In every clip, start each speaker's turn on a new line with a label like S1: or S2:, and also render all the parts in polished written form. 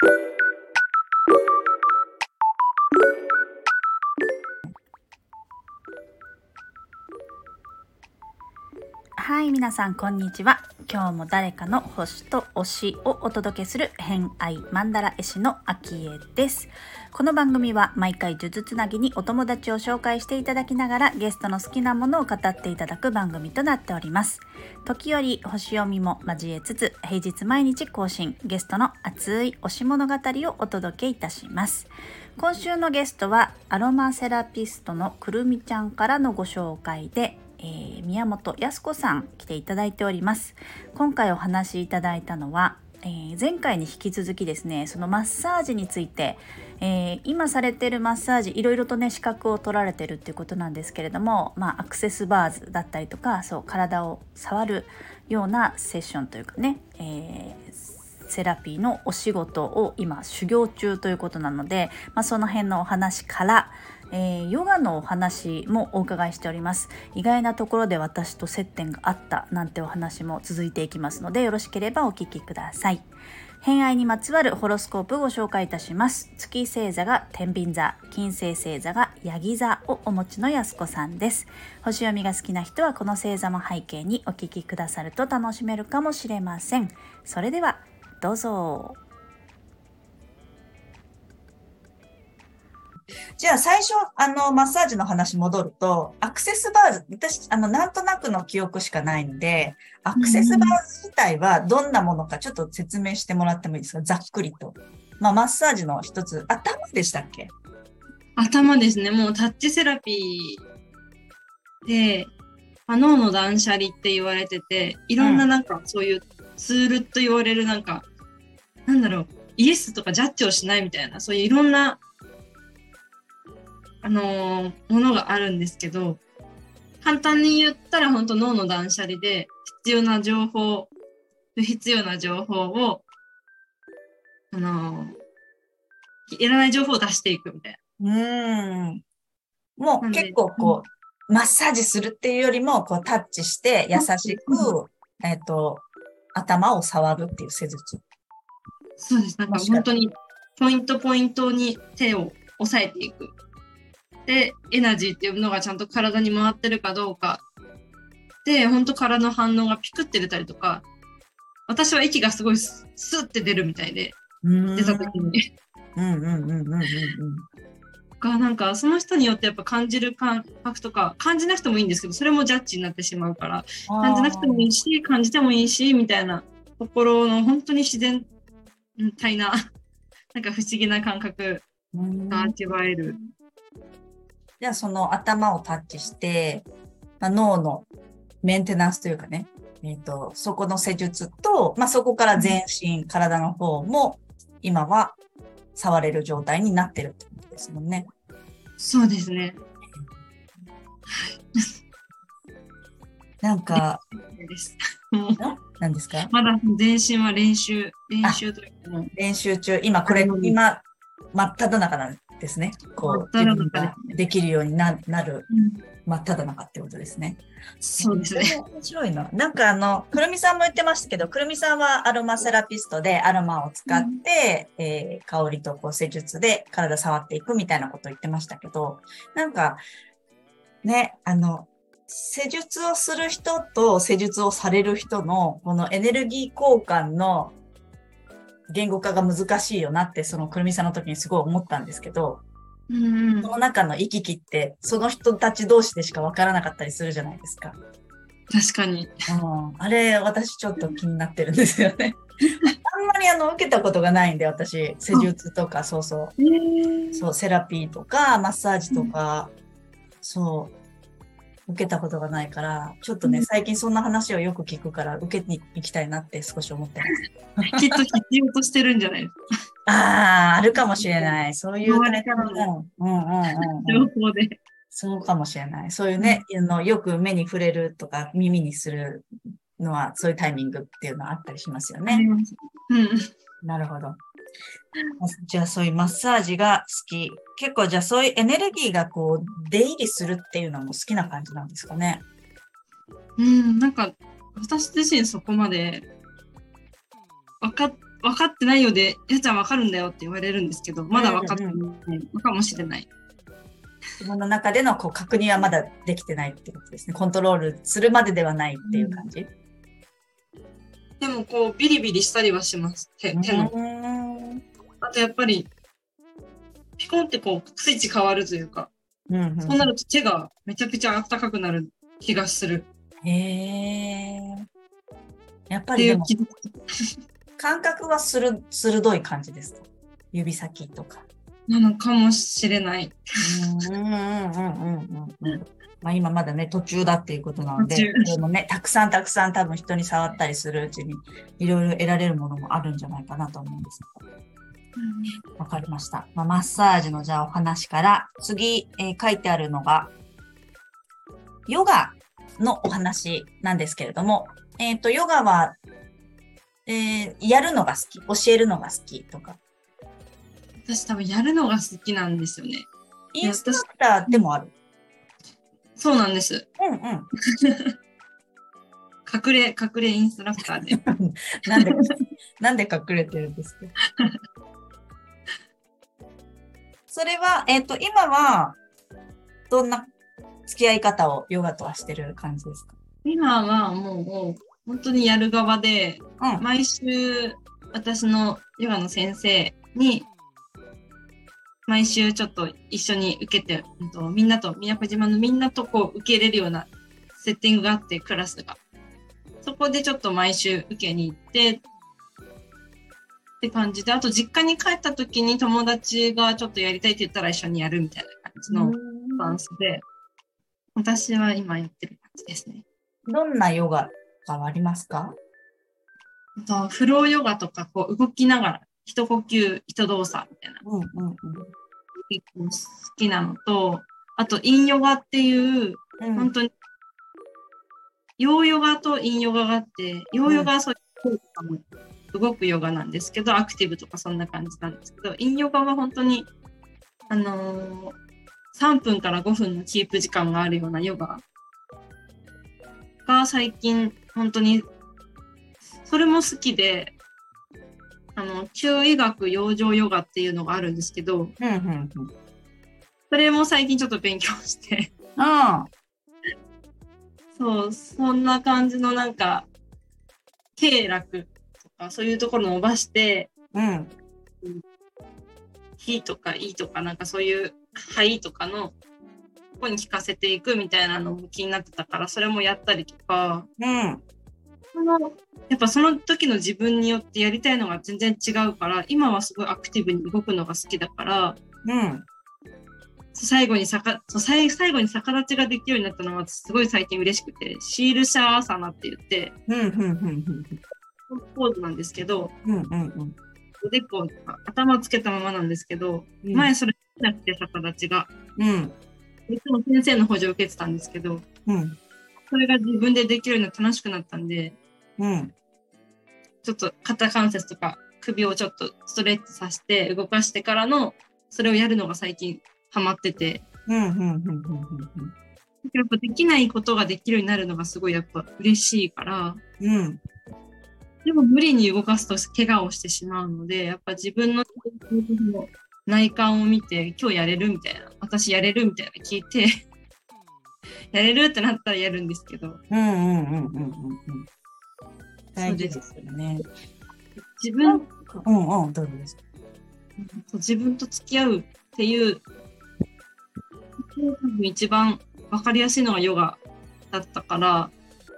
S1: はい、皆さんこんにちは。今日も誰かの星と推しをお届けする偏愛マンダラ絵師のあきえです。この番組は毎回呪術つなぎにお友達を紹介していただきながらゲストの好きなものを語っていただく番組となっております。時折星読みも交えつつ平日毎日更新、ゲストの熱い推し物語をお届けいたします。今週のゲストはアロマセラピストのくるみちゃんからのご紹介で宮本靖子さん来ていただいております。今回お話しいただいたのは、前回に引き続きですね、そのマッサージについて、今されているマッサージいろいろとね資格を取られてるっていうことなんですけれども、アクセスバーズだったりとか、そう体を触るようなセッションというかね、セラピーのお仕事を今修行中ということなので、その辺のお話から、ヨガのお話もお伺いしております。意外なところで私と接点があったなんてお話も続いていきますので、よろしければお聞きください。偏愛にまつわるホロスコープをご紹介いたします。月星座が天秤座、金星星座がヤギ座をお持ちのやすこさんです。星読みが好きな人はこの星座も背景にお聞きくださると楽しめるかもしれません。それではどうぞ。
S2: じゃあ最初、マッサージの話戻ると、アクセスバーズ、私、なんとなくの記憶しかないんで、アクセスバーズ自体はどんなものかちょっと説明してもらってもいいですか？ざっくりと。マッサージの一つ、頭でしたっけ？
S3: 頭ですね。もうタッチセラピーで、脳の断捨離って言われてて、いろんなそういうツールと言われるイエスとかジャッジをしないみたいな、そういういろんなものがあるんですけど、簡単に言ったら本当脳の断捨離で必要な情報、不必要な情報をいらない情報を出していくみたい
S2: な。もう結構マッサージするっていうよりもタッチして優しく、頭を触るっていう施術。
S3: そうです。本当にポイントに手を押さえていく。で、エナジーっていうのがちゃんと体に回ってるかどうか。で、本当体の反応がピクって出たりとか、私は息がすごいスッて出るみたいで、出た時に。その人によってやっぱ感じる感覚とか、感じなくてもいいんですけど、それもジャッジになってしまうから、感じなくてもいいし、感じてもいいし、みたいなところの本当に自然体な、不思議な感覚が味わえる。
S2: じゃあその頭をタッチして、脳のメンテナンスというかね、そこの施術と、そこから全身、体の方も今は触れる状態になってるってことですもんね。
S3: そうですね。
S2: 何ですか？
S3: まだ全身は練習というか
S2: 練習中、今真っ只中なんですね。自分ができるようになる真っ只中ってことですね。
S3: そうですね。
S2: 面白いな。くるみさんも言ってましたけど、くるみさんはアロマセラピストでアロマを使って、香りと施術で体触っていくみたいなことを言ってましたけど、施術をする人と施術をされる人のこのエネルギー交換の言語化が難しいよなって、そのくるみさんの時にすごい思ったんですけど、その中の行き来ってその人たち同士でしか分からなかったりするじゃないですか。
S3: 確かに。
S2: あれ私ちょっと気になってるんですよね。あんまり受けたことがないんで、私施術とかそうセラピーとかマッサージとか、受けたことがないから、ちょっとね、最近そんな話をよく聞くから、受けに行きたいなって少し思ってます。
S3: きっと必要としてるんじゃないですか。
S2: あるかもしれない。そういうタイプの。
S3: 情報で。
S2: そうかもしれない。そういうね、よく目に触れるとか耳にするのは、そういうタイミングっていうのはあったりしますよね。なるほど。じゃあそういうマッサージが好き。結構じゃあそういうエネルギーが出入りするっていうのも好きな感じなんですかね。
S3: 私自身そこまで分分かってないようで、やっちゃん分かるんだよって言われるんですけど、まだ分かってないのかもしれない。
S2: 自分の中でのこう確認はまだできてないってことですね。コントロールするまでではないっていう感じ。
S3: でもこうビリビリしたりはします。手の。あとやっぱりピコンってこうスイッチ変わるというか、そうなると手がめちゃくちゃ暖かくなる気がする。
S2: やっぱりでも感覚は鋭い感じですか？指先とか。
S3: なのかもしれない。
S2: まあ今まだね、途中だっていうことなので、でもね、たくさん多分人に触ったりするうちに、いろいろ得られるものもあるんじゃないかなと思うんですけど。わかりました。まあ、マッサージのじゃあお話から、次、書いてあるのが、ヨガのお話なんですけれども、ヨガは、やるのが好き、教えるのが好きとか。
S3: 私多分やるのが好きなんですよね。
S2: インストラクターでもある。
S3: そうなんです。隠れインストラクターで。
S2: なんで隠れてるんですか？それは、今は、どんな付き合い方をヨガとはしてる感じですか？
S3: 今はもう、本当にやる側で、毎週、私のヨガの先生に、毎週ちょっと一緒に受けて、みんなと、宮古島のみんなとこう受け入れるようなセッティングがあって、クラスが。そこでちょっと毎週受けに行って、って感じで、あと実家に帰った時に友達がちょっとやりたいって言ったら一緒にやるみたいな感じのスタンスで、私は今やってる感じですね。
S2: どんなヨガがありますか？
S3: フローヨガとかこう動きながら、一呼吸、一動作みたいな。結構好きなのと、あと、陰ヨガっていう、本当に、陽ヨガと陰ヨガがあって、陽ヨガはそういう動くヨガなんですけど、アクティブとかそんな感じなんですけど、陰ヨガは本当に、3分から5分のキープ時間があるようなヨガが最近、本当に、それも好きで、中医学養生ヨガっていうのがあるんですけど、それも最近ちょっと勉強してそう、そんな感じのなんか、経絡とかそういうところ伸ばして、火とか胃とかなんかそういう肺とかのここに効かせていくみたいなのも気になってたから、それもやったりとか、やっぱその時の自分によってやりたいのが全然違うから、今はすごいアクティブに動くのが好きだから、最後に逆立ちができるようになったのはすごい最近嬉しくて、シールシャーアーサナって言って、ポーズなんですけど、おでこ、頭つけたままなんですけど、前それできなくて逆立ちが。いつも先生の補助を受けてたんですけど、それが自分でできるように楽しくなったんで、ちょっと肩関節とか首をちょっとストレッチさせて動かしてからの、それをやるのが最近ハマってて。やっぱできないことができるようになるのがすごいやっぱ嬉しいから、でも無理に動かすと怪我をしてしまうので、やっぱ自分の内観を見て、今日やれるみたいな、私やれるみたいな聞いて、やれるってなったらやるんですけど。
S2: 大事ですよね。
S3: 自分、
S2: どうですか？
S3: 自分と付き合うっていう、多分一番わかりやすいのがヨガだったから、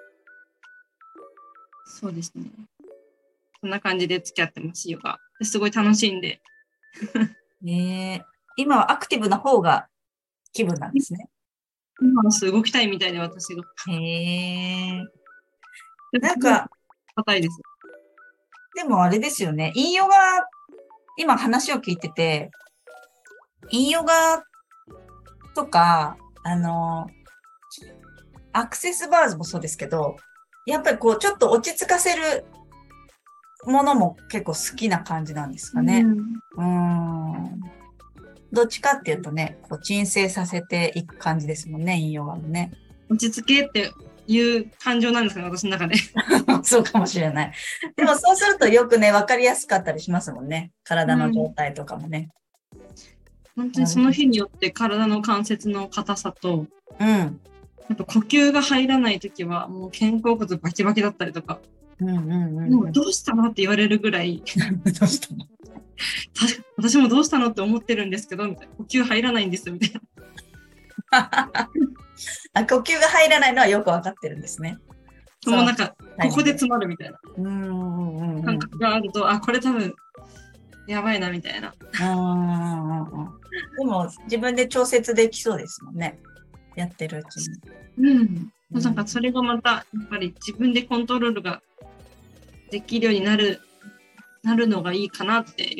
S3: そうですね。こんな感じで付き合ってます、ヨガ。すごい楽しいんで。
S2: 今はアクティブな方が気分なんですね。
S3: 今は動きたいみたいで、私が。
S2: なんか、
S3: 硬いです。
S2: でもあれですよね。陰ヨガ、今話を聞いてて、陰ヨガとか、アクセスバーズもそうですけど、やっぱりこう、ちょっと落ち着かせるものも結構好きな感じなんですかね。どっちかっていうとね、こう鎮静させていく感じですもんね、陰ヨガもね。
S3: 落ち着けっていう感情なんですかね、私の中で。
S2: そうかもしれない。でもそうするとよくね、わかりやすかったりしますもんね。体の状態とかもね。
S3: 本当にその日によって体の関節の硬さと、
S2: うん。
S3: やっぱ呼吸が入らないときはもう肩甲骨バキバキだったりとか、もうどうしたのって言われるぐらい、
S2: どうしたの
S3: 私もどうしたのって思ってるんですけど、みたいな呼吸入らないんですみたいな。
S2: あ、呼吸が入らないのはよくわかってるんですね。
S3: もうなんか、ここで詰まるみたいな感覚があると、あ、これ多分、やばいなみたいな。
S2: でも、自分で調節できそうですもんね。やってるうち
S3: に。なんかそれがまた、やっぱり自分でコントロールができるようになるのがいいかなっていう。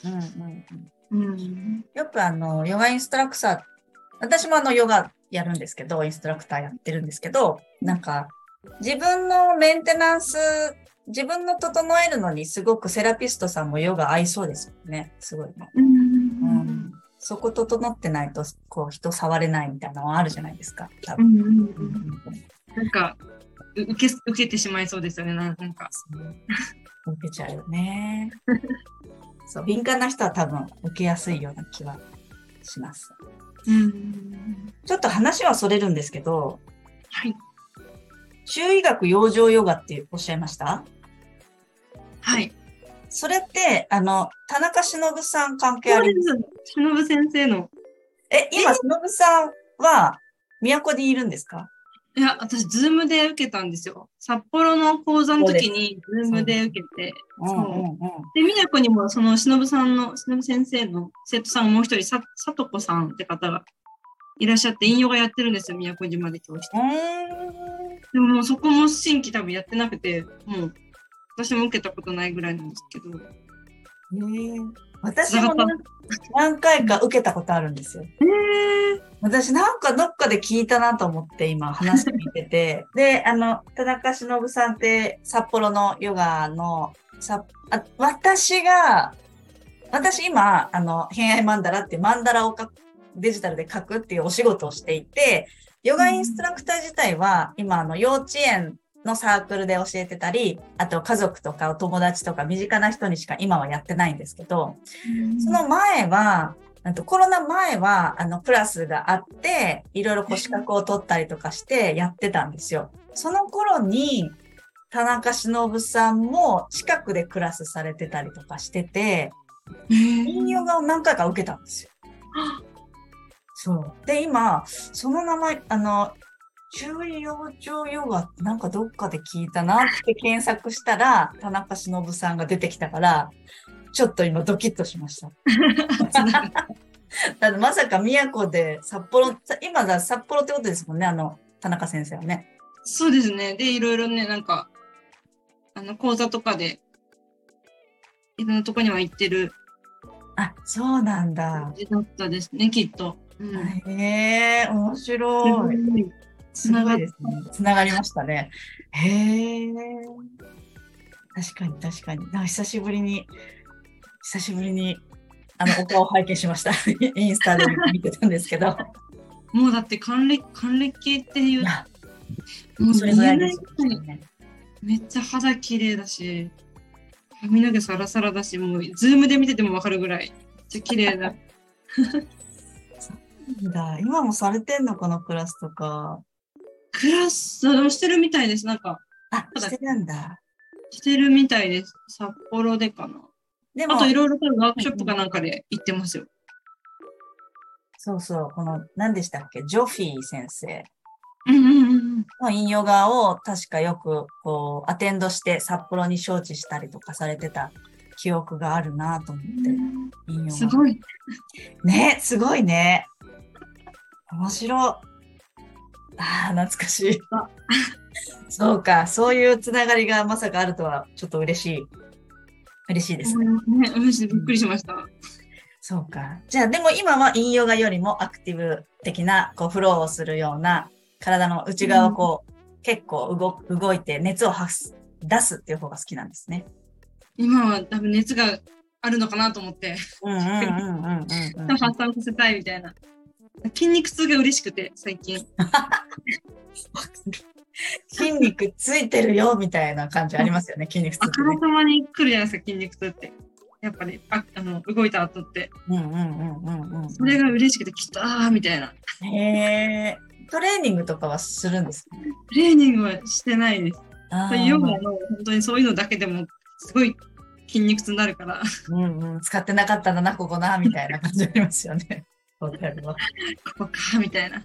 S2: よくヨガインストラクター、私もヨガやるんですけど、インストラクターやってるんですけど、なんか、自分のメンテナンス、自分の整えるのにすごくセラピストさんもヨガ合いそうですもんね。すごいね。そこ整ってないと、こう、人触れないみたいなのはあるじゃないですか。多分。
S3: なんか、受けてしまいそうですよね、なんか。
S2: 受けちゃうよね。そう、敏感な人は多分受けやすいような気はします。ちょっと話はそれるんですけど、
S3: はい。
S2: 中医学養生ヨガっておっしゃいました？
S3: はい。
S2: それって、田中忍さん関係あります？
S3: そうです。忍先生の。
S2: 今、忍さんは、都にいるんですか？
S3: いや、私、ズームで受けたんですよ。札幌の講座の時に、ズームで受けて、で、都にも、その、忍先生の生徒さんもう一人、さとこさんって方がいらっしゃって、引用がやってるんですよ、宮古島で教室。でももうそこも新規多分やってなくて、もう、私も受けたことないぐらいなんですけど。
S2: 私も何回か受けたことあるんですよ。私なんかどっかで聞いたなと思って今話聞いてて。で、田中忍さんって札幌のヨガの、私今、偏愛マンダラっていうマンダラをデジタルで書くっていうお仕事をしていて、ヨガインストラクター自体は今幼稚園のサークルで教えてたり、あと家族とかお友達とか身近な人にしか今はやってないんですけど、その前は、コロナ前は、クラスがあって、いろいろ資格を取ったりとかしてやってたんですよ。その頃に、田中忍さんも近くでクラスされてたりとかしてて、引用画を何回か受けたんですよ。そう。で、今、その名前、中医養生ヨガなんかどっかで聞いたなって検索したら、田中忍さんが出てきたから、ちょっと今ドキッとしました。だってまさか宮古で札幌、今だ札幌ってことですもんね、田中先生はね。
S3: そうですね。で、いろいろね、なんか、講座とかで、いろんなとこには行ってる。
S2: あ、そうなんだ。
S3: だったですね、きっと。
S2: へえ、面白い。すごいですね。つながりましたね。へえ。確かに確かに。久しぶりに、お顔を拝見しました。インスタで見てたんですけど。
S3: もうだって還暦っていう。
S2: もうそれぐらいですよね。
S3: めっちゃ肌綺麗だし、髪の毛サラサラだし、もうズームで見ててもわかるぐらい、めっちゃ綺麗だ。
S2: そうだ。今もされてんのかな、クラスとか。
S3: クラス、でもしてるみたいです。なんか。
S2: してるんだ。
S3: してるみたいです。札幌でかな。
S2: でも、
S3: あといろいろワークショップかなんかで行ってますよ。
S2: そうそう、何でしたっけ、ジョフィー先生
S3: の
S2: インヨガを確かよくアテンドして札幌に招致したりとかされてた記憶があるなと思って。インヨガ。
S3: すごい。
S2: ね、すごいね。面白い。懐かしい。そうか、そういうつながりがまさかあるとはちょっと嬉しいですね。
S3: 嬉しい、びっくりしました。
S2: そうか。じゃあでも今はインヨガよりもアクティブ的なフローをするような体の内側を結構動いて熱を出すっていう方が好きなんですね。
S3: 今は多分熱があるのかなと思って。発散させたいみたいな。筋肉痛が嬉しくて最近。
S2: 筋肉ついてるよみたいな感じありますよね、筋肉痛って、ね。
S3: あからさまに来るじゃないですか、筋肉痛って。やっぱり、動いた後って。それが嬉しくて、きっと、みたいな。
S2: へー。トレーニングとかはするんですか？
S3: トレーニングはしてないです。ヨガの本当にそういうのだけでも、すごい筋肉痛になるから。
S2: 使ってなかったんだな、ここな、みたいな感じありますよね。わかるわ。こ
S3: こか、みたいな。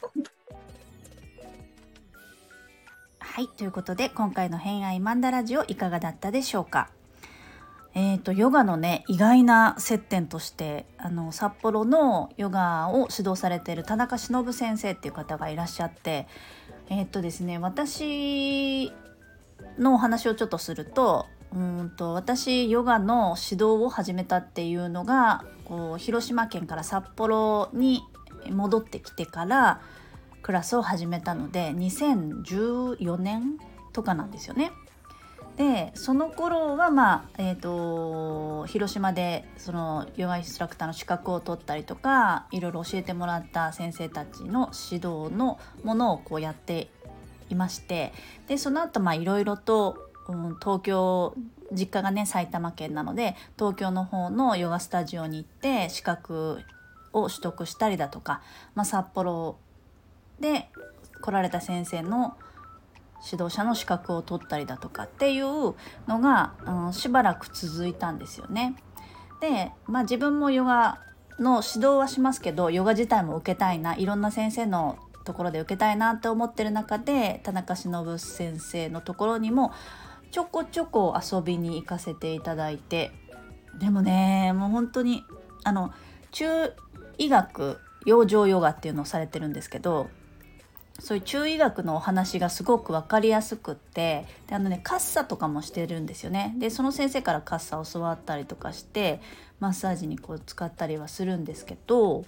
S1: はい、ということで今回の偏愛マンダラジオいかがだったでしょうか。ヨガのね意外な接点として札幌のヨガを指導されている田中忍先生っていう方がいらっしゃってですね、私のお話をちょっとすると私ヨガの指導を始めたっていうのが広島県から札幌に戻ってきてからクラスを始めたので2014年とかなんですよね。でその頃は広島でそのヨガインストラクターの資格を取ったりとかいろいろ教えてもらった先生たちの指導のものをやっていまして、でその後いろいろと、東京実家がね埼玉県なので東京の方のヨガスタジオに行って資格を取得したりだとか、札幌で来られた先生の指導者の資格を取ったりだとかっていうのが、しばらく続いたんですよね。で、自分もヨガの指導はしますけどヨガ自体も受けたいな、いろんな先生のところで受けたいなって思ってる中で田中忍先生のところにもちょこちょこ遊びに行かせていただいて、でもねもう本当に中医学養生ヨガっていうのをされてるんですけど、そういう中医学のお話がすごく分かりやすくって、でカッサとかもしてるんですよね。でその先生からカッサを教わったりとかしてマッサージに使ったりはするんですけど、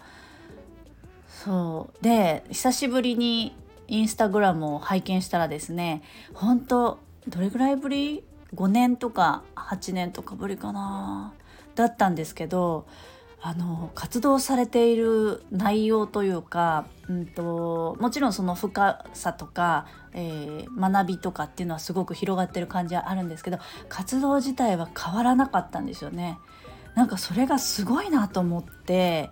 S1: そうで久しぶりにインスタグラムを拝見したらですね、本当どれぐらいぶり5年とか8年とかぶりかなだったんですけど、活動されている内容というか、もちろんその深さとか、学びとかっていうのはすごく広がってる感じはあるんですけど、活動自体は変わらなかったんですよね。なんかそれがすごいなと思って、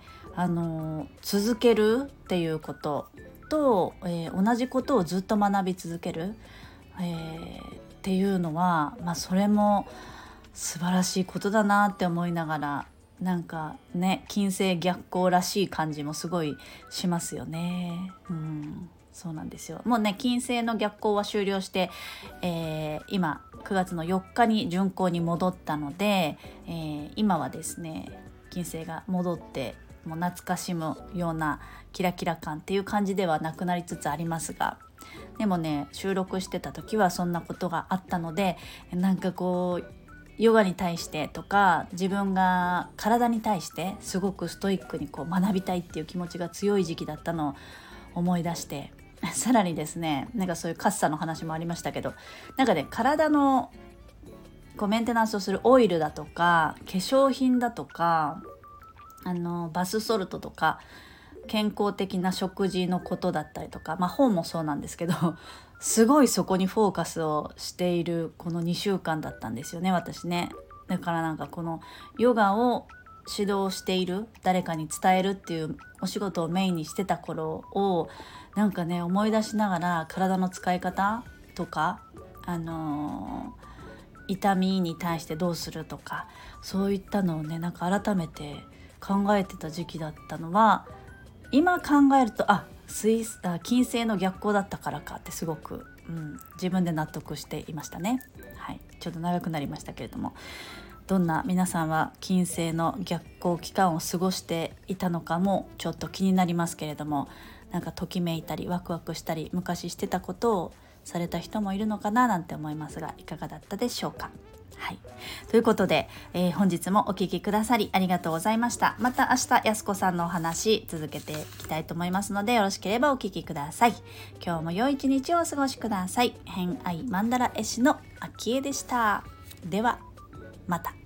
S1: 続けるっていうことと、同じことをずっと学び続ける、っていうのは、それも素晴らしいことだなって思いながら、なんかね金星逆行らしい感じもすごいしますよね。そうなんですよ。もうね金星の逆行は終了して、今9月の4日に巡行に戻ったので、今はですね金星が戻ってもう懐かしむようなキラキラ感っていう感じではなくなりつつありますが、でもね収録してた時はそんなことがあったので、なんかヨガに対してとか自分が体に対してすごくストイックに学びたいっていう気持ちが強い時期だったのを思い出して、さらにですねなんかそういうカッサの話もありましたけど、なんかね体のメンテナンスをするオイルだとか化粧品だとかバスソルトとか健康的な食事のことだったりとか、本もそうなんですけどすごいそこにフォーカスをしているこの2週間だったんですよね私ね。だからなんかこのヨガを指導している誰かに伝えるっていうお仕事をメインにしてた頃をなんかね思い出しながら、体の使い方とか痛みに対してどうするとかそういったのをねなんか改めて考えてた時期だったのは、今考えると金星の逆行だったからかってすごく、自分で納得していましたね。はい、ちょっと長くなりましたけれども、どんな皆さんは金星の逆行期間を過ごしていたのかもちょっと気になりますけれども、なんかときめいたりワクワクしたり昔してたことをされた人もいるのかななんて思いますが、いかがだったでしょうか。はい、ということで、本日もお聞きくださりありがとうございました。また明日やすこさんのお話続けていきたいと思いますので、よろしければお聞きください。今日も良い一日をお過ごしください。偏愛マンダラ絵師のあきえでした。ではまた。